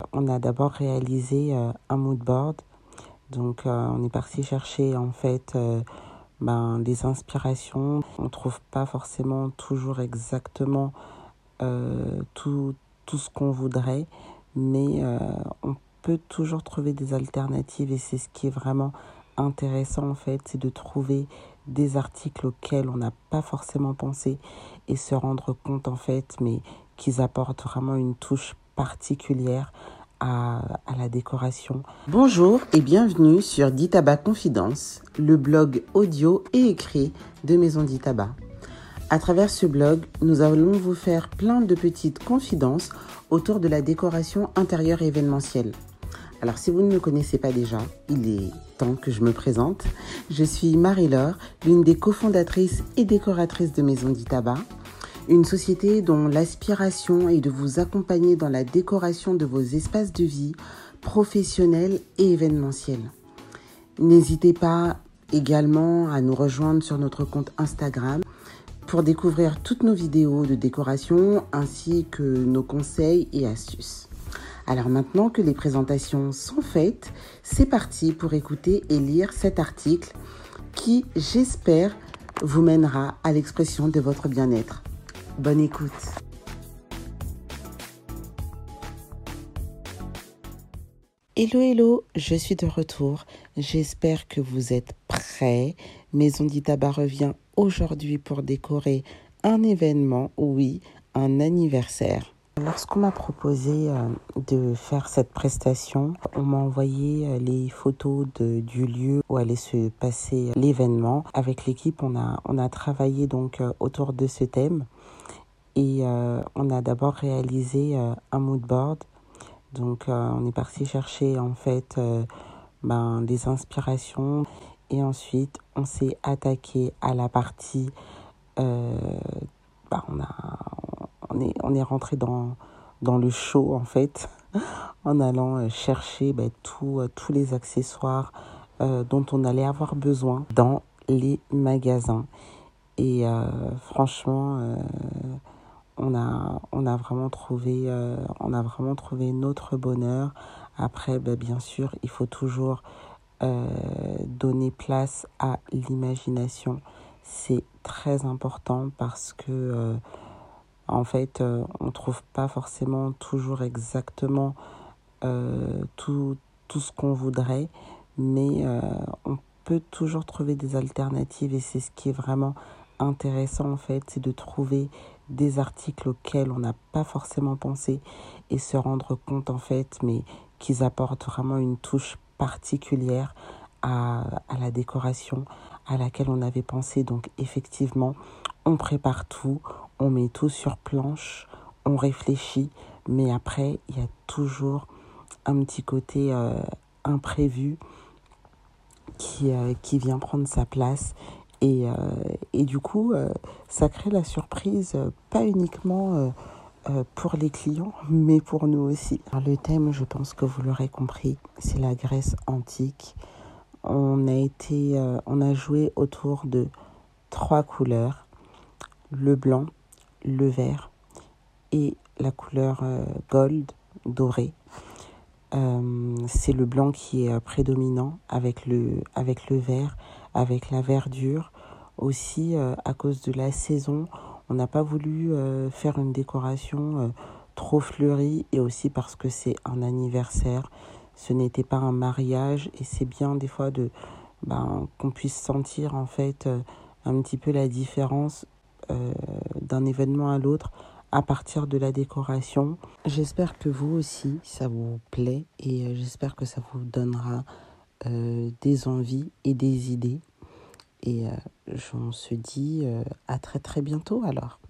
On a d'abord réalisé un mood board. Donc, on est parti chercher en fait des inspirations. On ne trouve pas forcément toujours exactement tout ce qu'on voudrait, mais on peut toujours trouver des alternatives et c'est ce qui est vraiment intéressant en fait, c'est de trouver des articles auxquels on n'a pas forcément pensé et se rendre compte en fait, mais qu'ils apportent vraiment une touche particulière à la décoration. Bonjour et bienvenue sur Ditaba Confidence, le blog audio et écrit de Maison Ditaba. À travers ce blog, nous allons vous faire plein de petites confidences autour de la décoration intérieure et événementielle. Alors si vous ne me connaissez pas déjà, il est temps que je me présente. Je suis Marie-Laure, l'une des cofondatrices et décoratrices de Maison Ditaba, une société dont l'aspiration est de vous accompagner dans la décoration de vos espaces de vie professionnels et événementiels. N'hésitez pas également à nous rejoindre sur notre compte Instagram pour découvrir toutes nos vidéos de décoration ainsi que nos conseils et astuces. Alors maintenant que les présentations sont faites, c'est parti pour écouter et lire cet article qui, j'espère, vous mènera à l'expression de votre bien-être. Bonne écoute. Hello, je suis de retour. J'espère que vous êtes prêts. Maison Ditaba revient aujourd'hui pour décorer un événement, oui, un anniversaire. Lorsqu'on m'a proposé de faire cette prestation, on m'a envoyé les photos du lieu où allait se passer l'événement. Avec l'équipe, on a travaillé donc autour de ce thème et on a d'abord réalisé un mood board. Donc, on est parti chercher en fait des inspirations et ensuite on s'est attaqué à la partie. On est rentré dans le show en fait en allant chercher tous les accessoires dont on allait avoir besoin dans les magasins. Et franchement, on a vraiment trouvé notre bonheur. Après, bien sûr, il faut toujours donner place à l'imagination. C'est très important parce que en fait, on trouve pas forcément toujours exactement tout ce qu'on voudrait, mais on peut toujours trouver des alternatives et c'est ce qui est vraiment intéressant en fait, c'est de trouver des articles auxquels on n'a pas forcément pensé et se rendre compte en fait, mais qu'ils apportent vraiment une touche particulière à la décoration à laquelle on avait pensé. Donc effectivement, on prépare tout, on met tout sur planche, on réfléchit, mais après, il y a toujours un petit côté imprévu qui vient prendre sa place. Et du coup, ça crée la surprise, pas uniquement pour les clients, mais pour nous aussi. Alors, le thème, je pense que vous l'aurez compris, c'est la Grèce antique. On a joué autour de 3 couleurs, le blanc, le vert et la couleur gold, dorée. C'est le blanc qui est prédominant avec le vert, avec la verdure. Aussi, à cause de la saison, on n'a pas voulu faire une décoration trop fleurie et aussi parce que c'est un anniversaire. Ce n'était pas un mariage et c'est bien des fois qu'on puisse sentir en fait un petit peu la différence d'un événement à l'autre à partir de la décoration. J'espère que vous aussi, ça vous plaît et j'espère que ça vous donnera des envies et des idées. Et on se dit à très très bientôt alors.